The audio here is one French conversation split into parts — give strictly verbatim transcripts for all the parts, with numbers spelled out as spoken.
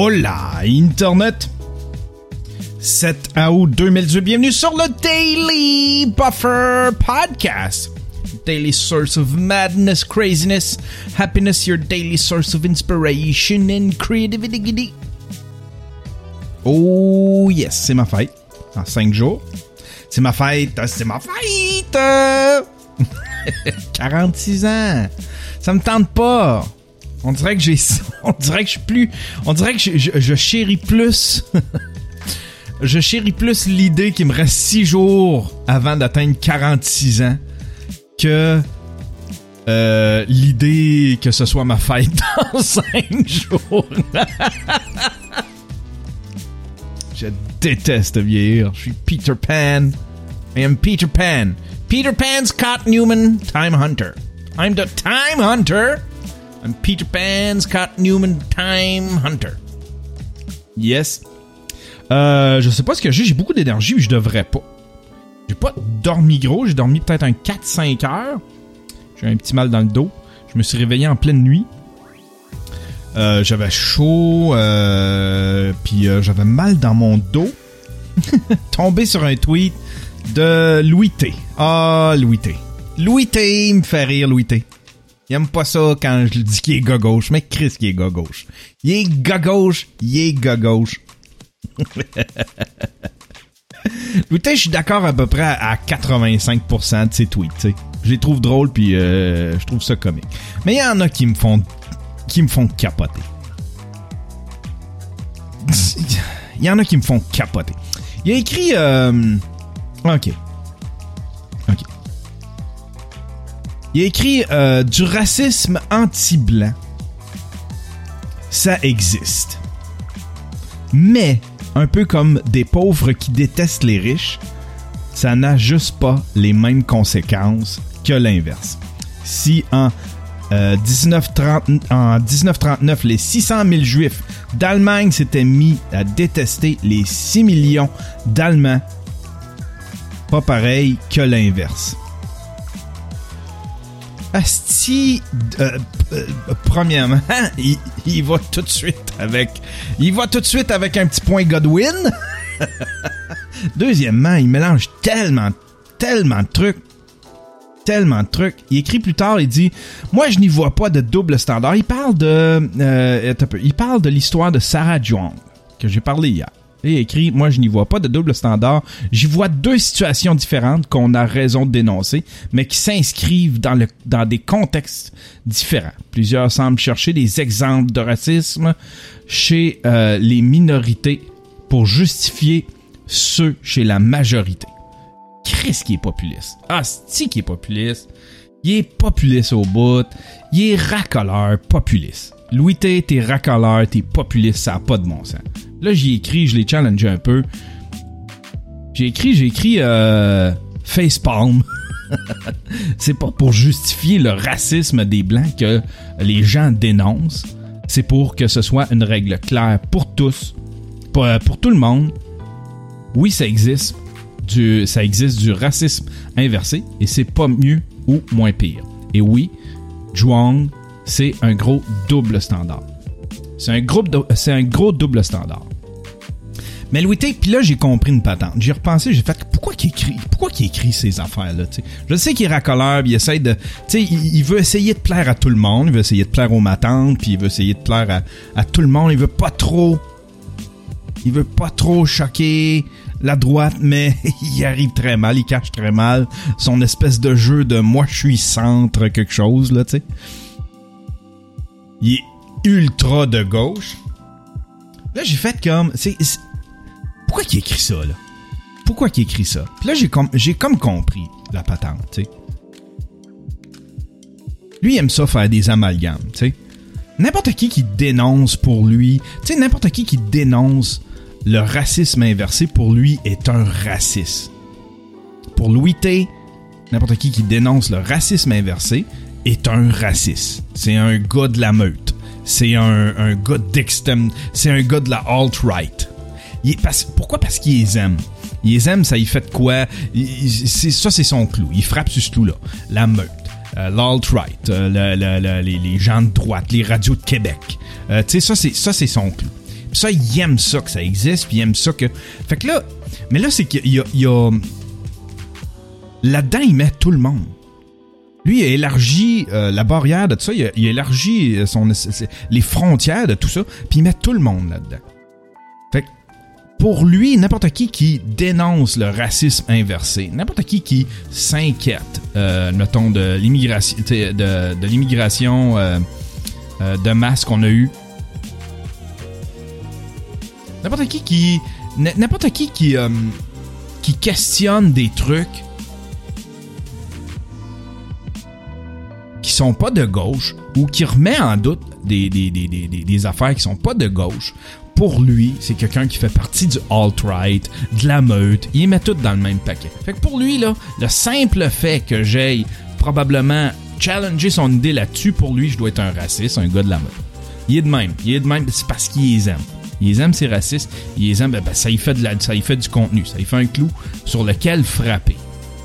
Hola Internet! sept août deux mille dix-huit, bienvenue sur le Daily Buffer Podcast. Daily source of madness, craziness, happiness, your daily source of inspiration and creativity. Oh yes, c'est ma fête. En cinq jours. C'est ma fête, c'est ma fête! quarante-six ans. Ça me tente pas. On dirait que j'ai... On dirait que je suis plus... On dirait que je, je, je chéris plus... je chéris plus l'idée qu'il me reste six jours avant d'atteindre quarante-six ans que euh, l'idée que ce soit ma fête dans cinq jours. Je déteste vieillir. Je suis Peter Pan. I am Peter Pan. Peter Pan, Scott Newman, Time Hunter. I'm the Time Hunter. I'm Peter Pan, Scott Newman, Time Hunter. Yes. Euh, je sais pas ce que j'ai. J'ai beaucoup d'énergie, mais je devrais pas. J'ai pas dormi gros. J'ai dormi peut-être un quatre à cinq heures. J'ai un petit mal dans le dos. Je me suis réveillé en pleine nuit. Euh, j'avais chaud. Euh, Puis euh, j'avais mal dans mon dos. Tombé sur un tweet de Louis T. Ah, Louis T. Louis T, il me fait rire, Louis T. Il aime pas ça quand je lui dis qu'il est gars-gauche. Mais Chris, il est gars-gauche. Il est gars-gauche. Il est gars-gauche. Louis T, je suis d'accord à peu près à quatre-vingt-cinq pour cent de ses tweets. T'sais. Je les trouve drôles puis euh, je trouve ça comique. Mais il y en a qui me font qui me font capoter. Il y en a qui me font capoter. Il a écrit... Euh... OK. OK. Il a écrit euh, du racisme anti-blanc. Ça existe. Mais, un peu comme des pauvres qui détestent les riches, ça n'a juste pas les mêmes conséquences que l'inverse. Si en, euh, dix-neuf trente, en dix-neuf trente-neuf, les six cent mille Juifs d'Allemagne s'étaient mis à détester les six millions d'Allemands, pas pareil que l'inverse. Asti, euh, euh, premièrement, il, il va tout de suite avec, il va tout de suite avec un petit point Godwin. Deuxièmement, il mélange tellement, tellement de trucs, tellement de trucs. Il écrit plus tard, il dit, moi je n'y vois pas de double standard. Il parle de, euh, il parle de l'histoire de Sarah Young que j'ai parlé hier. Il écrit, moi je n'y vois pas de double standard. J'y vois deux situations différentes qu'on a raison de dénoncer, mais qui s'inscrivent dans, le, dans des contextes différents. Plusieurs semblent chercher des exemples de racisme chez euh, les minorités pour justifier ceux chez la majorité. Chris qui est populiste. Ah, c'est qui est populiste. Il est populiste au bout. Il est racoleur populiste. Louis T, t'es racoleur, t'es populiste, ça n'a pas de bon sens. Là, j'ai écrit, je l'ai challengé un peu. J'ai écrit, j'ai écrit euh, facepalm. C'est pas pour justifier le racisme des Blancs que les gens dénoncent. C'est pour que ce soit une règle claire pour tous, pour, pour tout le monde. Oui, ça existe. Du, ça existe du racisme inversé et c'est pas mieux ou moins pire. Et oui, Zhuang, c'est un gros double standard. C'est un gros, c'est un gros double standard. Mais Louis T, puis là, j'ai compris une patente. J'ai repensé, j'ai fait, pourquoi qu'il écrit, pourquoi qu'il écrit ces affaires-là, tu sais? Je sais qu'il est racoleur, puis il essaie de, tu sais, il, il veut essayer de plaire à tout le monde, il veut essayer de plaire aux matantes, puis il veut essayer de plaire à, à tout le monde, il veut pas trop, il veut pas trop choquer la droite, mais il arrive très mal, il cache très mal son espèce de jeu de moi je suis centre quelque chose, là, tu sais. Il est ultra de gauche. Là, j'ai fait comme... C'est, c'est... Pourquoi qu'il écrit ça, là? Pourquoi qu'il écrit ça? Puis là, j'ai comme, j'ai comme compris la patente, tu sais. Lui, il aime ça faire des amalgames, tu sais. N'importe qui qui dénonce pour lui... Tu sais, n'importe qui qui dénonce le racisme inversé, pour lui, est un raciste. Pour Louis T, n'importe qui qui dénonce le racisme inversé est un raciste. C'est un gars de la meute. C'est un, un gars d'extrême... C'est un gars de la alt-right. Il est, parce, pourquoi? Parce qu'il les aime. Il les aime, ça il fait de quoi? Il, c'est, ça, c'est son clou. Il frappe sur ce clou-là. La meute. Euh, l'alt-right. Euh, le, le, le, les, les gens de droite. Les radios de Québec. Euh, tu sais, ça c'est, ça, c'est son clou. ça, il aime ça que ça existe, puis il aime ça que... Fait que là... Mais là, c'est qu'il y a... Il y a... Là-dedans, il met tout le monde. Lui, il a élargi euh, la barrière de tout ça, il a, il a élargi son, les frontières de tout ça, puis il met tout le monde là-dedans. Fait que, pour lui, n'importe qui qui dénonce le racisme inversé, n'importe qui qui s'inquiète, euh, mettons, de l'immigration, de, de l'immigration euh, euh, de masse qu'on a eue, n'importe qui qui, n'importe qui qui, euh, qui questionne des trucs qui sont pas de gauche ou qui remet en doute des, des, des, des, des affaires qui sont pas de gauche, pour lui, c'est quelqu'un qui fait partie du alt-right, de la meute. Il les met tout dans le même paquet. Fait que pour lui, là, le simple fait que j'aille probablement challenger son idée là-dessus, pour lui, je dois être un raciste, un gars de la meute. Il est de même. Il est de même, c'est parce qu'il les aime. Il les aime, c'est raciste. Il les aime, ben, ben, ça y fait de la, ça y fait du contenu. Ça y fait un clou sur lequel frapper.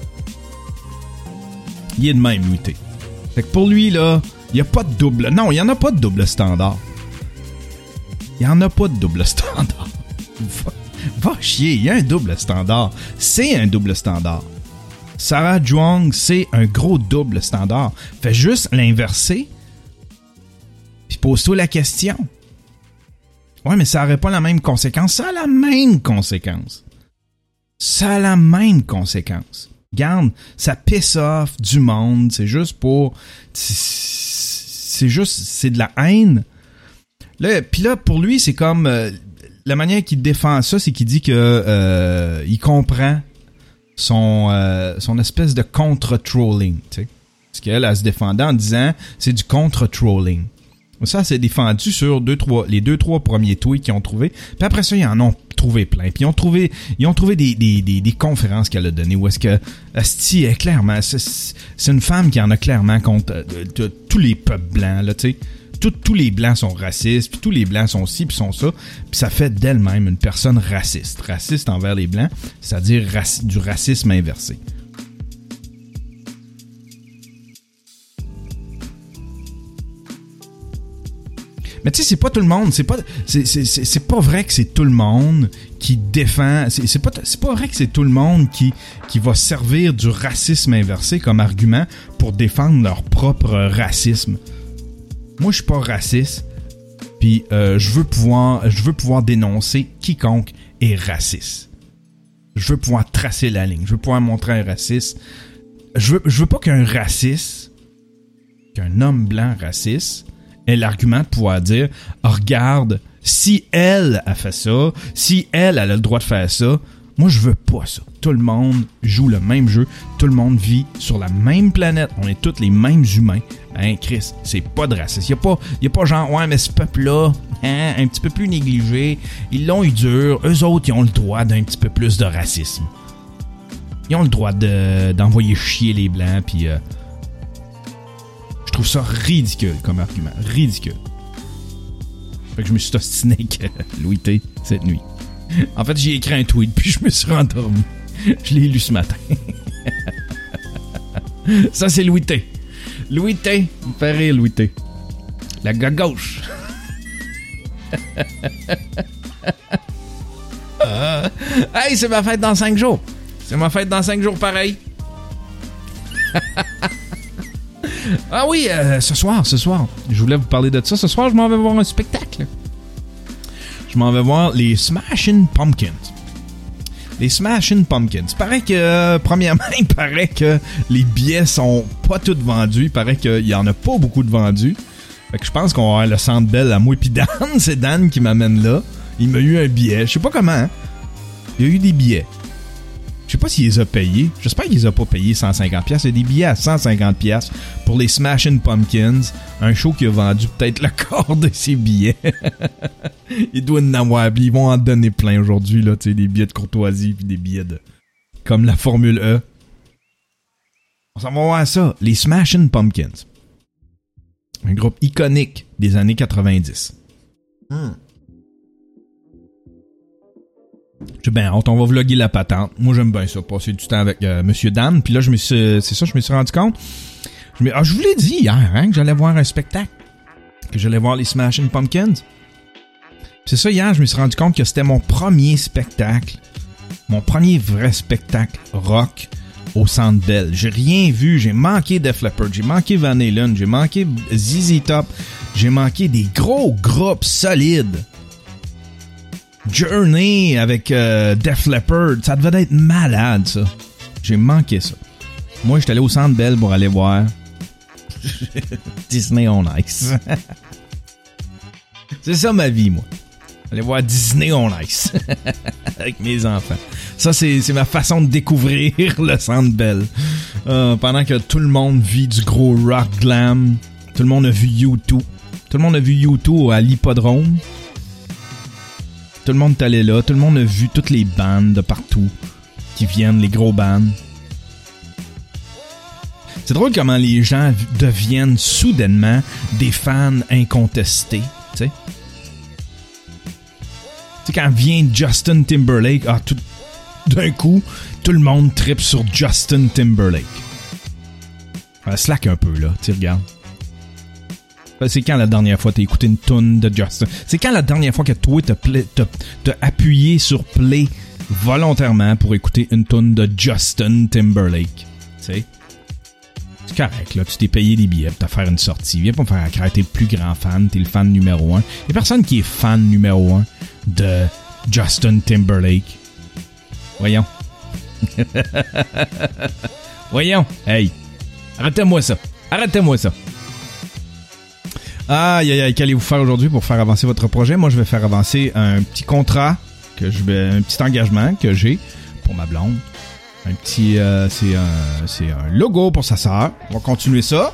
Il est de même, lui, t'es. Fait que pour lui, là, il n'y a pas de double... Non, il n'y en a pas de double standard. Il n'y en a pas de double standard. Va, va chier, il y a un double standard. C'est un double standard. Sarah Zhuang, c'est un gros double standard. Fais juste l'inverser, puis pose-toi la question. Ouais, mais ça n'aurait pas la même conséquence. Ça a la même conséquence. Ça a la même conséquence. Regarde, ça piss off du monde, c'est juste pour... C'est juste... C'est de la haine. Là, puis là, pour lui, c'est comme... Euh, la manière qu'il défend ça, c'est qu'il dit que euh, il comprend son, euh, son espèce de contre-trolling, tu sais. Parce qu'elle, elle se défendait en disant c'est du contre-trolling. Ça, c'est défendu sur deux, trois, les deux, trois premiers tweets qu'ils ont trouvés. Puis après ça, ils en ont trouvé plein. Puis ils ont trouvé, ils ont trouvé des, des, des, des conférences qu'elle a données où est-ce que Asti est clairement, c'est, c'est une femme qui en a clairement contre euh, de, de, tous les peuples blancs, là, tu sais. Tout, tous les blancs sont racistes, puis tous les blancs sont ci, puis sont ça. Puis ça fait d'elle-même une personne raciste. Raciste envers les blancs, c'est-à-dire raci- du racisme inversé. Mais tu sais, c'est pas tout le monde, c'est pas c'est, c'est, c'est, c'est pas vrai que c'est tout le monde qui défend, c'est, c'est pas c'est pas vrai que c'est tout le monde qui qui va servir du racisme inversé comme argument pour défendre leur propre racisme. Moi, je suis pas raciste, puis euh, je veux pouvoir je veux pouvoir dénoncer quiconque est raciste. Je veux pouvoir tracer la ligne, je veux pouvoir montrer un raciste. Je veux je veux pas qu'un raciste, qu'un homme blanc raciste ait l'argument de pouvoir dire oh, regarde, si elle a fait ça, si elle, elle a le droit de faire ça, moi je veux pas ça. Tout le monde joue le même jeu, tout le monde vit sur la même planète, on est tous les mêmes humains. Hein, Chris, c'est pas de racisme. Il y a pas, y a pas genre ouais mais ce peuple-là, hein, un petit peu plus négligé, ils l'ont eu dur, eux autres ils ont le droit d'un petit peu plus de racisme. Ils ont le droit de d'envoyer chier les blancs, puis euh, je trouve ça ridicule comme argument. Ridicule. Fait que je me suis ostiné avec Louis T cette nuit. En fait, j'ai écrit un tweet, puis je me suis rendormi. Je l'ai lu ce matin. Ça, c'est Louis T. Louis T. Il me fait rire, Louis T. La gars gauche. euh, hey, c'est ma fête dans cinq jours. C'est ma fête dans cinq jours, pareil. Ah oui, euh, ce soir, ce soir, je voulais vous parler de ça. Ce soir, je m'en vais voir un spectacle. Je m'en vais voir les Smashing Pumpkins. Les Smashing Pumpkins. Il paraît que, euh, premièrement, il paraît que les billets sont pas tous vendus. Il paraît qu'il y en a pas beaucoup de vendus. Fait que je pense qu'on va avoir le Centre Bell à moi puis Dan. C'est Dan qui m'amène là. Il m'a eu un billet. Je sais pas comment, hein. Il y a eu des billets. Je sais pas s'il les a payés. J'espère qu'il les a pas payés cent cinquante dollars. Il y a des billets à cent cinquante dollars pour les Smashing Pumpkins. Un show qui a vendu peut-être le quart de ses billets. Il doit en avoir. Ils vont en donner plein aujourd'hui, là. Tu sais, des billets de courtoisie puis des billets de... comme la Formule E. On s'en va voir ça. Les Smashing Pumpkins. Un groupe iconique des années quatre-vingt-dix. Hmm. J'ai bien hâte, on va vlogger la patente. Moi, j'aime bien ça, passer du temps avec euh, Monsieur Dan. Puis là, je me suis, c'est ça, je me suis rendu compte. Je, me, ah, je vous l'ai dit hier, hein, que j'allais voir un spectacle. Que j'allais voir les Smashing Pumpkins. C'est ça, hier, je me suis rendu compte que c'était mon premier spectacle. Mon premier vrai spectacle rock au Centre Bell. J'ai rien vu, j'ai manqué Def Leppard, j'ai manqué Van Halen, j'ai manqué Z Z Top, j'ai manqué des gros groupes solides. Journey avec euh, Def Leppard, ça devait être malade, ça. J'ai manqué ça. Moi, j'étais allé au Centre Bell pour aller voir Disney on Ice. C'est ça ma vie, moi. Aller voir Disney on Ice avec mes enfants. Ça, c'est, c'est ma façon de découvrir le Centre Bell. Euh, pendant que tout le monde vit du gros rock glam, tout le monde a vu U deux. Tout le monde a vu U deux à l'hippodrome. Tout le monde est allé là. Tout le monde a vu toutes les bandes de partout qui viennent, les gros bands. C'est drôle comment les gens deviennent soudainement des fans incontestés, tu sais. Tu sais, quand vient Justin Timberlake, ah, tout, d'un coup, tout le monde trippe sur Justin Timberlake. Ah, slack un peu, là, tu regardes. C'est quand la dernière fois t'as écouté une toune de Justin? C'est quand la dernière fois que toi t'as, play, t'as, t'as appuyé sur play volontairement pour écouter une toune de Justin Timberlake? Tu sais? C'est correct, là. Tu t'es payé des billets pour te faire une sortie. Viens pas me faire craindre, t'es le plus grand fan, t'es le fan numéro un. Y'a personne qui est fan numéro un de Justin Timberlake. Voyons. Voyons. Hey. Arrêtez-moi ça. Arrêtez-moi ça. Aïe, aïe, aïe, qu'allez-vous faire aujourd'hui pour faire avancer votre projet? Moi, je vais faire avancer un petit contrat, que je vais, un petit engagement que j'ai pour ma blonde. Un petit, euh, c'est un, c'est un logo pour sa sœur. On va continuer ça.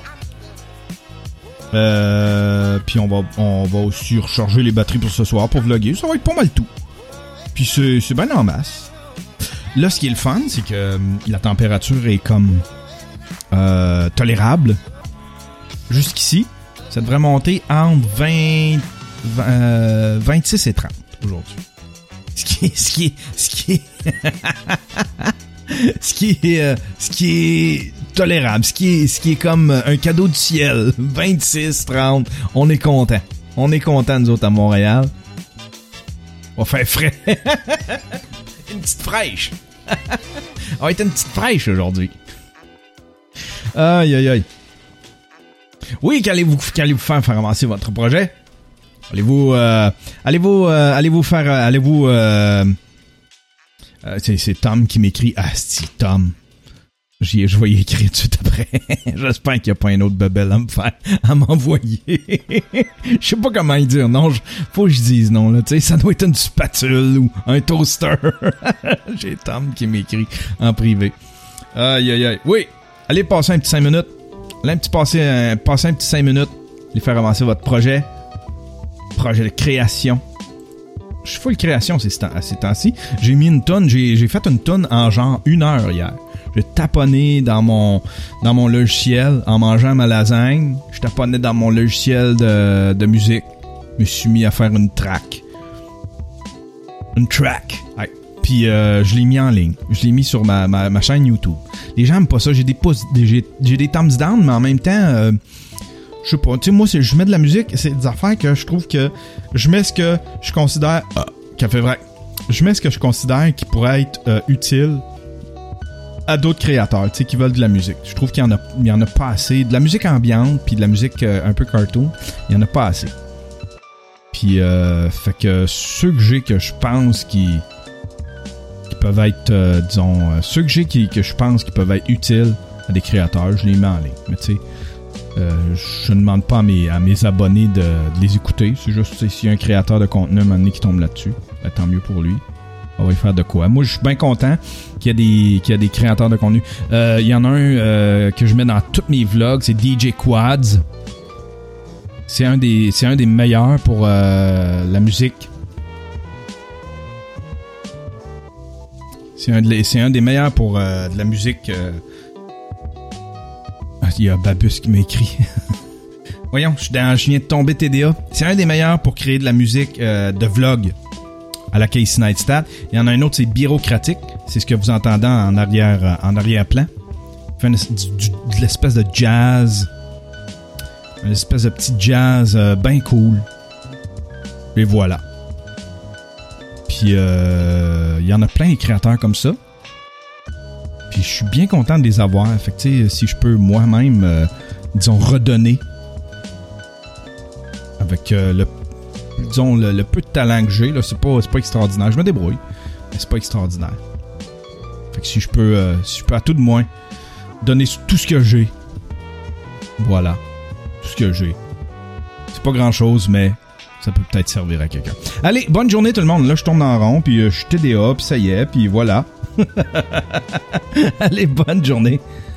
Euh, puis on va, on va aussi recharger les batteries pour ce soir, pour vlogger. Ça va être pas mal tout. Puis c'est, c'est bien en masse. Là, ce qui est le fun, c'est que la température est comme euh, tolérable. Jusqu'ici. Ça devrait monter entre vingt, vingt, euh, vingt-six et trente aujourd'hui. Ce qui est, ce qui est, ce qui est, ce qui est, euh, ce qui est tolérable, ce qui est, ce qui est comme un cadeau du ciel. vingt-six, trente, on est content. On est content, nous autres, à Montréal. On va faire frais. Une petite fraîche. On va être une petite fraîche aujourd'hui. Aïe, aïe, aïe. Oui, qu'allez-vous, qu'allez-vous faire faire avancer votre projet? Allez-vous, euh, allez-vous, euh, allez-vous faire, euh, allez-vous, euh, euh, c'est, c'est Tom qui m'écrit. Ah, c'est Tom. J'y, je vais y écrire tout de suite après. J'espère qu'il n'y a pas un autre bebel à me faire, à m'envoyer. Je sais pas comment y dire non. Je, faut que je dise non, là. Tu sais, ça doit être une spatule ou un toaster. J'ai Tom qui m'écrit en privé. Aïe, aïe, aïe. Oui. Allez passer un petit cinq minutes. Allez un petit passer, un, passer un petit cinq minutes. Allez faire avancer votre projet. Projet de création. Je suis full création ces, temps, ces temps-ci. J'ai mis une tonne, j'ai, j'ai fait une tonne en genre une heure hier. J'ai taponné dans mon, dans mon logiciel en mangeant ma lasagne. Je taponnais dans mon logiciel de, de musique. Je me suis mis à faire une track. Une track. Ouais. Puis euh, je l'ai mis en ligne. Je l'ai mis sur ma, ma, ma chaîne YouTube. Les gens aiment pas ça. J'ai des pouces, j'ai, j'ai des thumbs down, mais en même temps... Euh, je sais pas, tu sais, moi, c'est, je mets de la musique, c'est des affaires que je trouve que je mets ce que je considère... Ah, café vrai. Je mets ce que je considère qui pourrait être euh, utile à d'autres créateurs, tu sais, qui veulent de la musique. Je trouve qu'il y en a, il y en a pas assez. De la musique ambiante, puis de la musique euh, un peu cartoon, il y en a pas assez. Puis, euh, fait que ceux que j'ai que je pense qui, qui peuvent être, euh, disons, euh, ceux que j'ai qui, que je pense qui peuvent être utiles à des créateurs, je les mets en ligne. Mais tu sais, Euh, je ne demande pas à mes, à mes abonnés de, de les écouter. C'est juste s'il y a un créateur de contenu à un moment donné qui tombe là-dessus, ben, tant mieux pour lui. On va y faire de quoi. Moi, je suis bien content qu'il y a des, qu'il y a des créateurs de contenu. Euh, il y en a un euh, que je mets dans tous mes vlogs, c'est D J Quads. C'est un des, c'est un des meilleurs pour euh, la musique. C'est un, de, c'est un des meilleurs pour euh, de la musique... Euh, Il y a Babus qui m'a écrit. Voyons, je, suis dans, je viens de tomber T D A. C'est un des meilleurs pour créer de la musique euh, de vlog à la Casey Neistat. Il y en a un autre, c'est Bureaucratique. C'est ce que vous entendez en arrière, en arrière-plan. Il fait une, du, du, de l'espèce de jazz. Une espèce de petit jazz euh, bien cool. Et voilà. Puis euh, il y en a plein de créateurs comme ça. Puis je suis bien content de les avoir. Fait que tu sais, si je peux moi-même, euh, disons, redonner avec euh, le, disons, le, le peu de talent que j'ai, là, c'est pas, c'est pas extraordinaire. Je me débrouille, mais c'est pas extraordinaire. Fait que si je peux, euh, si je peux à tout de moins donner tout ce que j'ai, voilà, tout ce que j'ai. C'est pas grand-chose, mais ça peut peut-être servir à quelqu'un. Allez, bonne journée tout le monde. Là, je tourne en rond, puis euh, je suis T D A, puis ça y est, puis voilà. Allez, bonne journée.